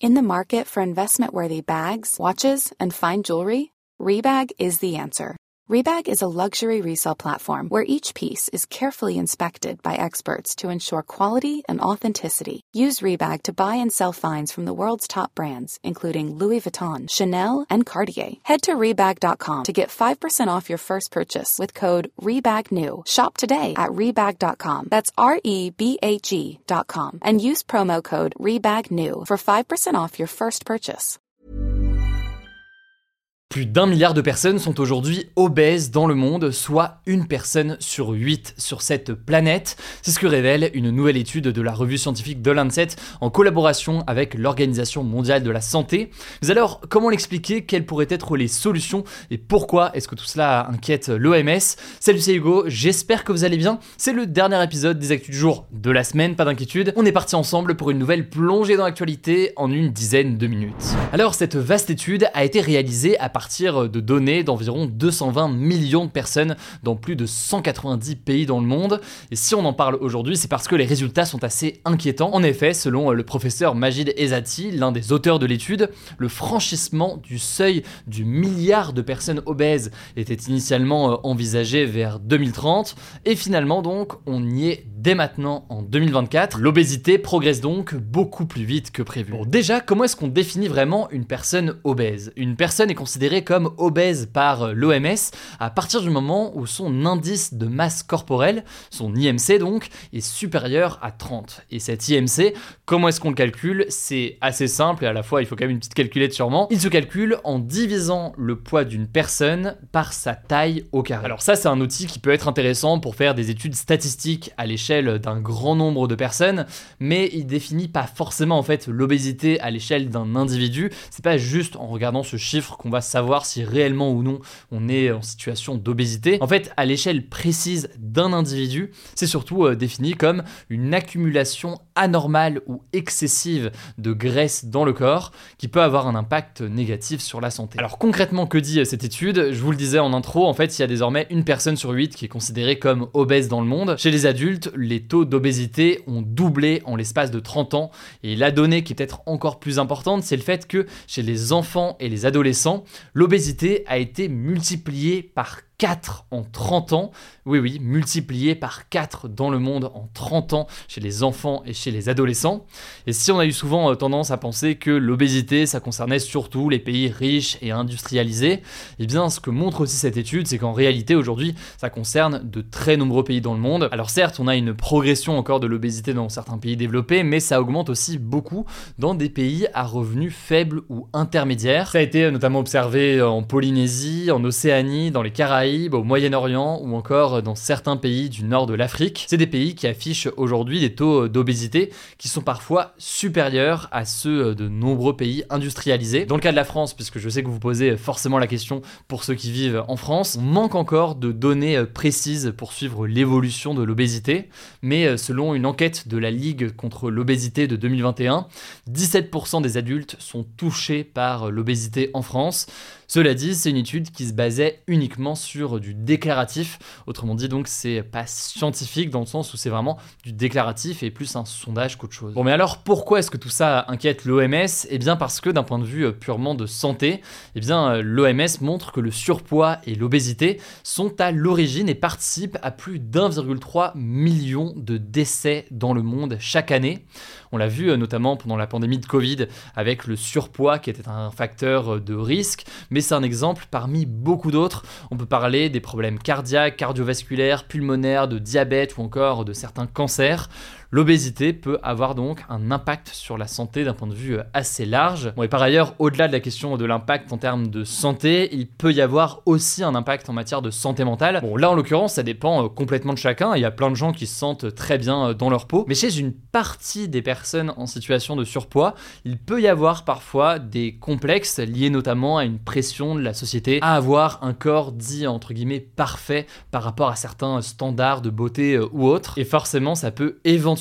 In the market for investment-worthy bags, watches, and fine jewelry, Rebag is the answer. Rebag is a luxury resale platform where each piece is carefully inspected by experts to ensure quality and authenticity. Use Rebag to buy and sell finds from the world's top brands, including Louis Vuitton, Chanel, and Cartier. Head to Rebag.com to get 5% off your first purchase with code REBAGNEW. Shop today at Rebag.com. That's REBAG.com. And use promo code REBAGNEW for 5% off your first purchase. Plus d'1 milliard de personnes sont aujourd'hui obèses dans le monde, soit une personne sur 8 sur cette planète. C'est ce que révèle une nouvelle étude de la revue scientifique The Lancet en collaboration avec l'Organisation mondiale de la santé. Mais alors, comment l'expliquer? Quelles pourraient être les solutions? Et pourquoi est-ce que tout cela inquiète l'OMS? Salut, c'est Hugo, j'espère que vous allez bien. C'est le dernier épisode des Actus du jour de la semaine, pas d'inquiétude. On est parti ensemble pour une nouvelle plongée dans l'actualité en une dizaine de minutes. Alors, cette vaste étude a été réalisée à partir de données d'environ 220 millions de personnes dans plus de 190 pays dans le monde. Et si on en parle aujourd'hui, c'est parce que les résultats sont assez inquiétants. En effet, selon le professeur Majid Ezati, l'un des auteurs de l'étude, le franchissement du seuil du milliard de personnes obèses était initialement envisagé vers 2030. Et finalement, donc, on y est dès maintenant en 2024. L'obésité progresse donc beaucoup plus vite que prévu. Bon, déjà, comment est-ce qu'on définit vraiment une personne obèse? Une personne est considérée comme obèse par l'OMS à partir du moment où son indice de masse corporelle, son IMC donc, est supérieur à 30. Et cet IMC, comment est-ce qu'on le calcule? C'est assez simple et à la fois il faut quand même une petite calculette sûrement. Il se calcule en divisant le poids d'une personne par sa taille au carré. Alors ça, c'est un outil qui peut être intéressant pour faire des études statistiques à l'échelle d'un grand nombre de personnes, mais il définit pas forcément en fait l'obésité à l'échelle d'un individu. C'est pas juste en regardant ce chiffre qu'on va savoir si réellement ou non on est en situation d'obésité. En fait, à l'échelle précise d'un individu, c'est surtout défini comme une accumulation anormale ou excessive de graisse dans le corps qui peut avoir un impact négatif sur la santé. Alors concrètement, que dit cette étude? Je vous le disais en intro, en fait, il y a désormais une personne sur 8 qui est considérée comme obèse dans le monde. Chez les adultes, les taux d'obésité ont doublé en l'espace de 30 ans. Et la donnée qui est peut-être encore plus importante, c'est le fait que chez les enfants et les adolescents, l'obésité a été multipliée par 4 en 30 ans. Oui, multiplié par 4 dans le monde en 30 ans chez les enfants et chez les adolescents. Et si on a eu souvent tendance à penser que l'obésité, ça concernait surtout les pays riches et industrialisés, eh bien ce que montre aussi cette étude, c'est qu'en réalité aujourd'hui, ça concerne de très nombreux pays dans le monde. Alors certes, on a une progression encore de l'obésité dans certains pays développés, mais ça augmente aussi beaucoup dans des pays à revenus faibles ou intermédiaires. Ça a été notamment observé en Polynésie, en Océanie, dans les Caraïbes, au Moyen-Orient ou encore dans certains pays du nord de l'Afrique. C'est des pays qui affichent aujourd'hui des taux d'obésité qui sont parfois supérieurs à ceux de nombreux pays industrialisés. Dans le cas de la France, puisque je sais que vous posez forcément la question pour ceux qui vivent en France, on manque encore de données précises pour suivre l'évolution de l'obésité, mais selon une enquête de la Ligue contre l'obésité de 2021, 17% des adultes sont touchés par l'obésité en France. Cela dit, c'est une étude qui se basait uniquement sur du déclaratif. Autrement dit, donc, c'est pas scientifique dans le sens où c'est vraiment du déclaratif et plus un sondage qu'autre chose. Bon, mais alors, pourquoi est-ce que tout ça inquiète l'OMS? Eh bien, parce que d'un point de vue purement de santé, eh bien, l'OMS montre que le surpoids et l'obésité sont à l'origine et participent à plus d'1,3 million de décès dans le monde chaque année. On l'a vu notamment pendant la pandémie de Covid avec le surpoids qui était un facteur de risque, mais c'est un exemple parmi beaucoup d'autres. On peut parler des problèmes cardiaques, cardiovasculaires, pulmonaires, de diabète ou encore de certains cancers. L'obésité peut avoir donc un impact sur la santé d'un point de vue assez large. Bon, et par ailleurs, au-delà de la question de l'impact en termes de santé, il peut y avoir aussi un impact en matière de santé mentale. Bon, là en l'occurrence, ça dépend complètement de chacun. Il y a plein de gens qui se sentent très bien dans leur peau. Mais chez une partie des personnes en situation de surpoids, il peut y avoir parfois des complexes liés notamment à une pression de la société à avoir un corps dit entre guillemets parfait par rapport à certains standards de beauté ou autres. Et forcément, ça peut éventuellement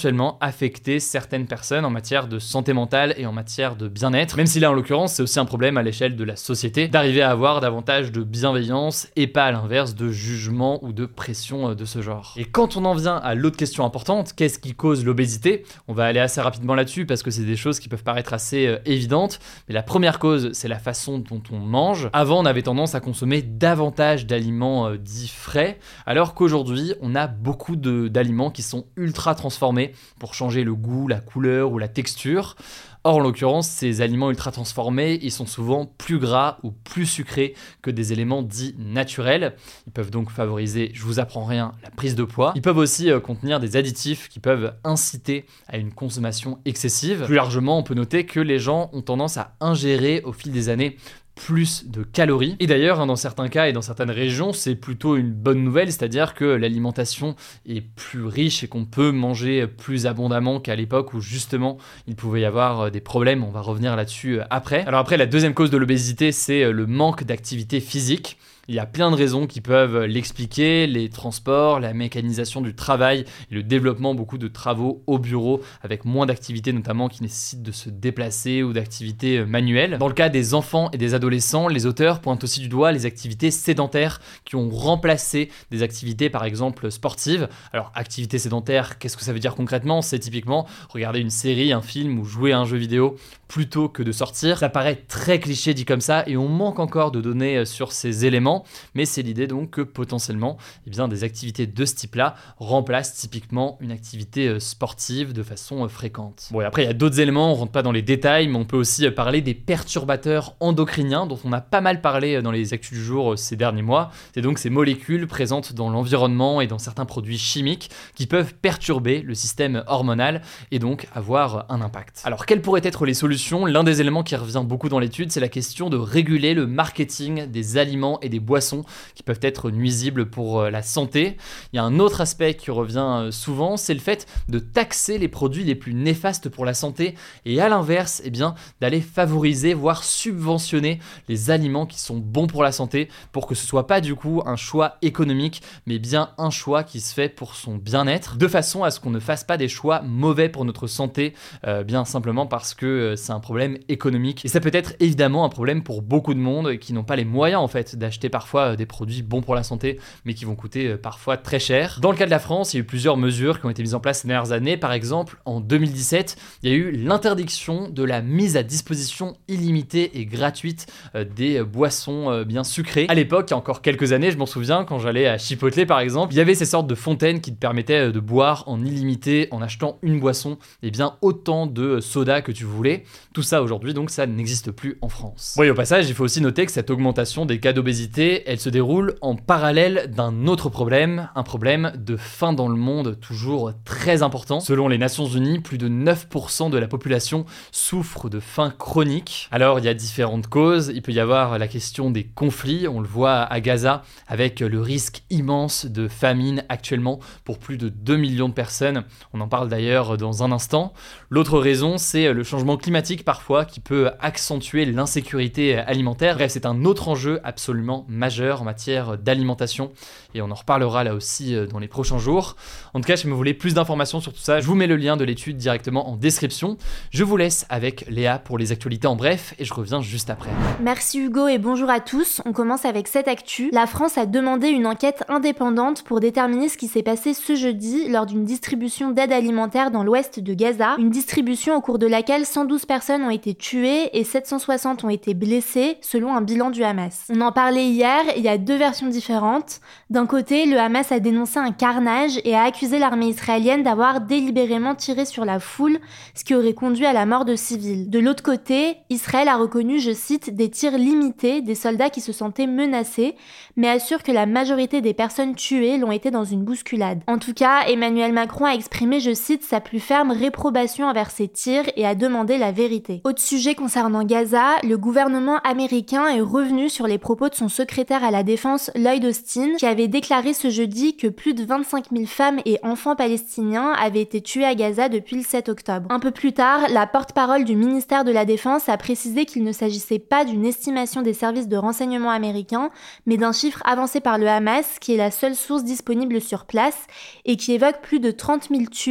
éventuellement affecter certaines personnes en matière de santé mentale et en matière de bien-être, même si là en l'occurrence c'est aussi un problème à l'échelle de la société d'arriver à avoir davantage de bienveillance et pas à l'inverse de jugement ou de pression de ce genre. Et quand on en vient à l'autre question importante, qu'est-ce qui cause l'obésité? On va aller assez rapidement là-dessus parce que c'est des choses qui peuvent paraître assez évidentes, mais la première cause c'est la façon dont on mange. Avant on avait tendance à consommer davantage d'aliments dits frais, alors qu'aujourd'hui on a beaucoup d'aliments qui sont ultra transformés pour changer le goût, la couleur ou la texture. Or, en l'occurrence, ces aliments ultra transformés, ils sont souvent plus gras ou plus sucrés que des éléments dits naturels. Ils peuvent donc favoriser, je vous apprends rien, la prise de poids. Ils peuvent aussi contenir des additifs qui peuvent inciter à une consommation excessive. Plus largement, on peut noter que les gens ont tendance à ingérer au fil des années plus de calories. Et d'ailleurs, dans certains cas et dans certaines régions, c'est plutôt une bonne nouvelle, c'est-à-dire que l'alimentation est plus riche et qu'on peut manger plus abondamment qu'à l'époque où justement il pouvait y avoir des problèmes. On va revenir là-dessus après. Alors après, la deuxième cause de l'obésité, c'est le manque d'activité physique. Il y a plein de raisons qui peuvent l'expliquer, les transports, la mécanisation du travail et le développement beaucoup de travaux au bureau avec moins d'activités notamment qui nécessitent de se déplacer ou d'activités manuelles. Dans le cas des enfants et des adolescents, les auteurs pointent aussi du doigt les activités sédentaires qui ont remplacé des activités par exemple sportives. Alors activité sédentaire, qu'est-ce que ça veut dire concrètement? C'est typiquement regarder une série, un film ou jouer à un jeu vidéo plutôt que de sortir. Ça paraît très cliché dit comme ça et on manque encore de données sur ces éléments. Mais c'est l'idée donc que potentiellement des activités de ce type-là remplacent typiquement une activité sportive de façon fréquente. Bon, et après il y a d'autres éléments, on rentre pas dans les détails, mais on peut aussi parler des perturbateurs endocriniens dont on a pas mal parlé dans les actus du jour ces derniers mois. C'est donc ces molécules présentes dans l'environnement et dans certains produits chimiques qui peuvent perturber le système hormonal et donc avoir un impact. Alors quelles pourraient être les solutions? L'un des éléments qui revient beaucoup dans l'étude, c'est la question de réguler le marketing des aliments et des boissons qui peuvent être nuisibles pour la santé. Il y a un autre aspect qui revient souvent, c'est le fait de taxer les produits les plus néfastes pour la santé et à l'inverse, d'aller favoriser, voire subventionner les aliments qui sont bons pour la santé pour que ce soit pas du coup un choix économique, mais bien un choix qui se fait pour son bien-être, de façon à ce qu'on ne fasse pas des choix mauvais pour notre santé, bien simplement parce que c'est un problème économique. Et ça peut être évidemment un problème pour beaucoup de monde qui n'ont pas les moyens en fait d'acheter parfois des produits bons pour la santé, mais qui vont coûter parfois très cher. Dans le cas de la France, il y a eu plusieurs mesures qui ont été mises en place ces dernières années. Par exemple, en 2017, il y a eu l'interdiction de la mise à disposition illimitée et gratuite des boissons bien sucrées. À l'époque, il y a encore quelques années, je m'en souviens, quand j'allais à Chipotle par exemple, il y avait ces sortes de fontaines qui te permettaient de boire en illimité en achetant une boisson, autant de soda que tu voulais. Tout ça aujourd'hui, donc ça n'existe plus en France. Oui, au passage, il faut aussi noter que cette augmentation des cas d'obésité, elle se déroule en parallèle d'un autre problème, un problème de faim dans le monde toujours très important. Selon les Nations Unies, plus de 9% de la population souffre de faim chronique. Alors il y a différentes causes, il peut y avoir la question des conflits, on le voit à Gaza avec le risque immense de famine actuellement pour plus de 2 millions de personnes, on en parle d'ailleurs dans un instant. L'autre raison, c'est le changement climatique parfois qui peut accentuer l'insécurité alimentaire. Bref, c'est un autre enjeu absolument majeur en matière d'alimentation et on en reparlera là aussi dans les prochains jours. En tout cas, si vous voulez plus d'informations sur tout ça, je vous mets le lien de l'étude directement en description. Je vous laisse avec Léa pour les actualités en bref et je reviens juste après. Merci Hugo et bonjour à tous. On commence avec cette actu. La France a demandé une enquête indépendante pour déterminer ce qui s'est passé ce jeudi lors d'une distribution d'aide alimentaire dans l'ouest de Gaza. Une distribution au cours de laquelle 112 personnes ont été tuées et 760 ont été blessées selon un bilan du Hamas. On en parlait hier, il y a deux versions différentes. D'un côté, le Hamas a dénoncé un carnage et a accusé l'armée israélienne d'avoir délibérément tiré sur la foule, ce qui aurait conduit à la mort de civils. De l'autre côté, Israël a reconnu, je cite, des tirs limités des soldats qui se sentaient menacés, mais assure que la majorité des personnes tuées l'ont été dans une bousculade. En tout cas, Emmanuel Macron a exprimé, je cite, sa plus ferme réprobation envers ces tirs et a demandé la vérité. Autre sujet concernant Gaza, le gouvernement américain est revenu sur les propos de son secrétaire à la défense Lloyd Austin, qui avait déclaré ce jeudi que plus de 25 000 femmes et enfants palestiniens avaient été tués à Gaza depuis le 7 octobre. Un peu plus tard, la porte-parole du ministère de la Défense a précisé qu'il ne s'agissait pas d'une estimation des services de renseignement américains, mais d'un chiffre avancé par le Hamas, qui est la seule source disponible sur place, et qui évoque plus de 30 000 tués,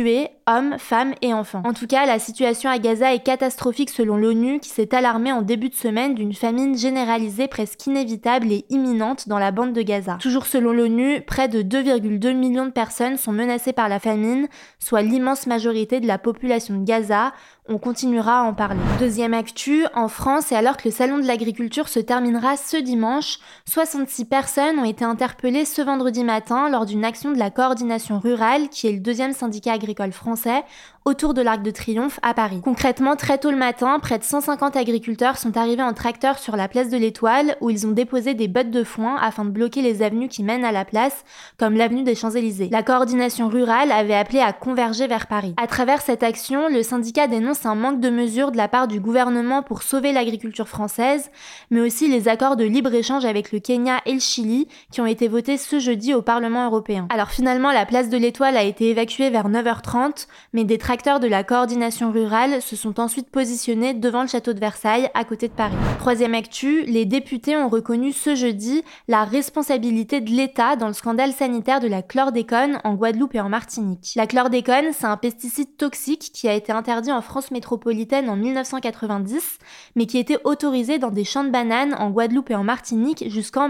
hommes, femmes et enfants. En tout cas, la situation à Gaza est catastrophique selon l'ONU qui s'est alarmée en début de semaine d'une famine généralisée presque inévitable et imminente dans la bande de Gaza. Toujours selon l'ONU, près de 2,2 millions de personnes sont menacées par la famine, soit l'immense majorité de la population de Gaza. On continuera à en parler. Deuxième actu, en France, et alors que le salon de l'agriculture se terminera ce dimanche, 66 personnes ont été interpellées ce vendredi matin lors d'une action de la Coordination rurale, qui est le deuxième syndicat agricole français, autour de l'Arc de Triomphe à Paris. Concrètement, très tôt le matin, près de 150 agriculteurs sont arrivés en tracteur sur la place de l'Étoile, où ils ont déposé des bottes de foin afin de bloquer les avenues qui mènent à la place, comme l'avenue des Champs-Élysées. La Coordination rurale avait appelé à converger vers Paris. À travers cette action, le syndicat dénonce un manque de mesures de la part du gouvernement pour sauver l'agriculture française, mais aussi les accords de libre-échange avec le Kenya et le Chili, qui ont été votés ce jeudi au Parlement européen. Alors finalement, la place de l'Étoile a été évacuée vers 9h30, mais des tracteurs de la Coordination rurale se sont ensuite positionnés devant le château de Versailles, à côté de Paris. Troisième actu, les députés ont reconnu ce jeudi la responsabilité de l'État dans le scandale sanitaire de la chlordécone en Guadeloupe et en Martinique. La chlordécone, c'est un pesticide toxique qui a été interdit en France métropolitaine en 1990, mais qui était autorisé dans des champs de bananes en Guadeloupe et en Martinique jusqu'en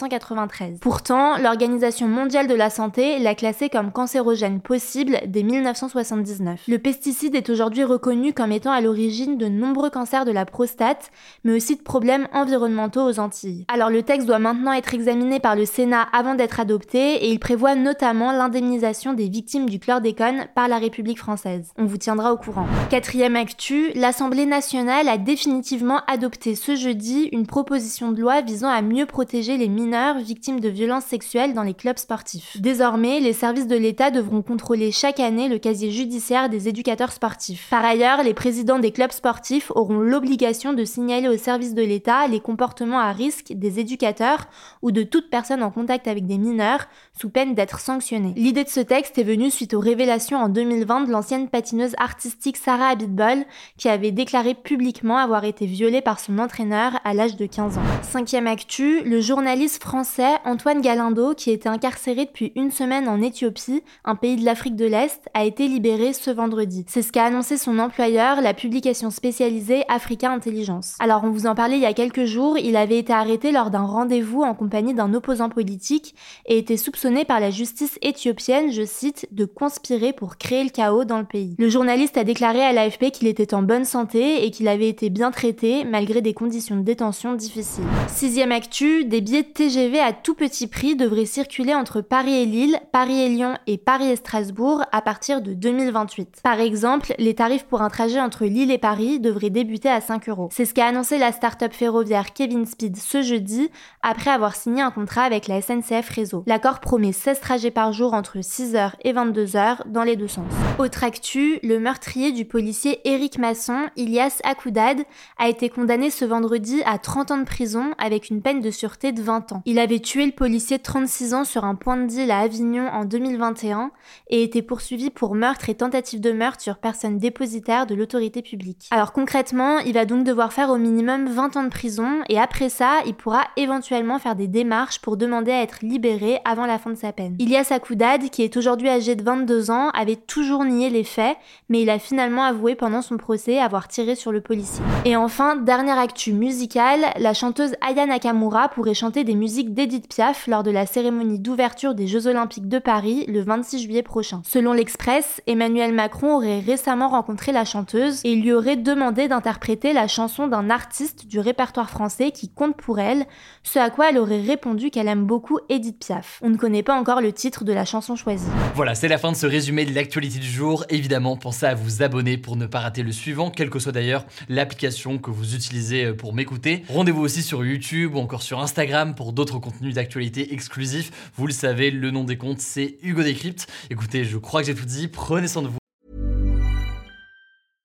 1993. Pourtant, l'Organisation mondiale de la santé l'a classé comme cancérogène possible dès 1979. Le pesticide est aujourd'hui reconnu comme étant à l'origine de nombreux cancers de la prostate, mais aussi de problèmes environnementaux aux Antilles. Alors le texte doit maintenant être examiné par le Sénat avant d'être adopté et il prévoit notamment l'indemnisation des victimes du chlordécone par la République française. On vous tiendra au courant. Quatrième actu, l'Assemblée nationale a définitivement adopté ce jeudi une proposition de loi visant à mieux protéger les mineurs victimes de violences sexuelles dans les clubs sportifs. Désormais, les services de l'État devront contrôler chaque année le casier judiciaire des éducateurs sportifs. Par ailleurs, les présidents des clubs sportifs auront l'obligation de signaler aux services de l'État les comportements à risque des éducateurs ou de toute personne en contact avec des mineurs, sous peine d'être sanctionnés. L'idée de ce texte est venue suite aux révélations en 2020 de l'ancienne patineuse artistique Sarah Abitbol, qui avait déclaré publiquement avoir été violée par son entraîneur à l'âge de 15 ans. Cinquième actu, le journaliste français Antoine Galindo, qui était incarcéré depuis une semaine en Éthiopie, un pays de l'Afrique de l'Est, a été libéré ce vendredi. C'est ce qu'a annoncé son employeur, la publication spécialisée Africa Intelligence. Alors on vous en parlait il y a quelques jours, il avait été arrêté lors d'un rendez-vous en compagnie d'un opposant politique et était soupçonné par la justice éthiopienne, je cite, de conspirer pour créer le chaos dans le pays. Le journaliste a déclaré à l'AFP qu'il était en bonne santé et qu'il avait été bien traité malgré des conditions de détention difficiles. Sixième actu, des billets de TGV à tout petit prix devraient circuler entre Paris et Lille, Paris et Lyon et Paris et Strasbourg à partir de 2028. Par exemple, les tarifs pour un trajet entre Lille et Paris devraient débuter à 5 €. C'est ce qu'a annoncé la start-up ferroviaire Kevin Speed ce jeudi, après avoir signé un contrat avec la SNCF Réseau. L'accord promet 16 trajets par jour entre 6h et 22h dans les deux sens. Autre actu, le meurtrier du policier Éric Masson, Ilyas Akoudad, a été condamné ce vendredi à 30 ans de prison avec une peine de sûreté de 20 ans. Il avait tué le policier de 36 ans sur un point de deal à Avignon en 2021 et était poursuivi pour meurtre et tentative de meurtre sur personne dépositaire de l'autorité publique. Alors concrètement, il va donc devoir faire au minimum 20 ans de prison et après ça, il pourra éventuellement faire des démarches pour demander à être libéré avant la fin de sa peine. Ilyas Akoudad, qui est aujourd'hui âgé de 22 ans, avait toujours nié les faits, mais il a finalement avoué pendant son procès avoir tiré sur le policier. Et enfin, dernière actu musicale, la chanteuse Aya Nakamura pourrait chanter des musiques d'Edith Piaf lors de la cérémonie d'ouverture des Jeux Olympiques de Paris le 26 juillet prochain. Selon l'Express, Emmanuel Macron aurait récemment rencontré la chanteuse et lui aurait demandé d'interpréter la chanson d'un artiste du répertoire français qui compte pour elle, ce à quoi elle aurait répondu qu'elle aime beaucoup Edith Piaf. On ne connaît pas encore le titre de la chanson choisie. Voilà, c'est la fin de ce résumé de l'actualité du jour. Évidemment, pensez à vous abonner pour ne pas rater le suivant, quelle que soit d'ailleurs l'application que vous utilisez pour m'écouter. Rendez-vous aussi sur YouTube ou encore sur Instagram pour d'autres contenus d'actualité exclusifs. Vous le savez, le nom des comptes, c'est Hugo Décrypte. Écoutez, je crois que j'ai tout dit. Prenez soin de vous.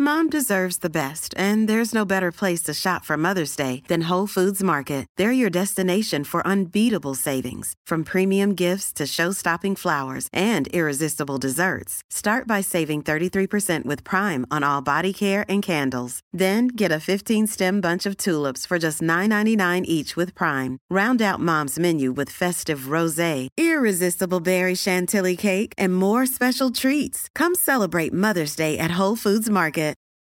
Mom deserves the best, and there's no better place to shop for Mother's Day than Whole Foods Market. They're your destination for unbeatable savings, from premium gifts to show-stopping flowers and irresistible desserts. Start by saving 33% with Prime on all body care and candles. Then get a 15-stem bunch of tulips for just $9.99 each with Prime. Round out Mom's menu with festive rosé, irresistible berry chantilly cake, and more special treats. Come celebrate Mother's Day at Whole Foods Market.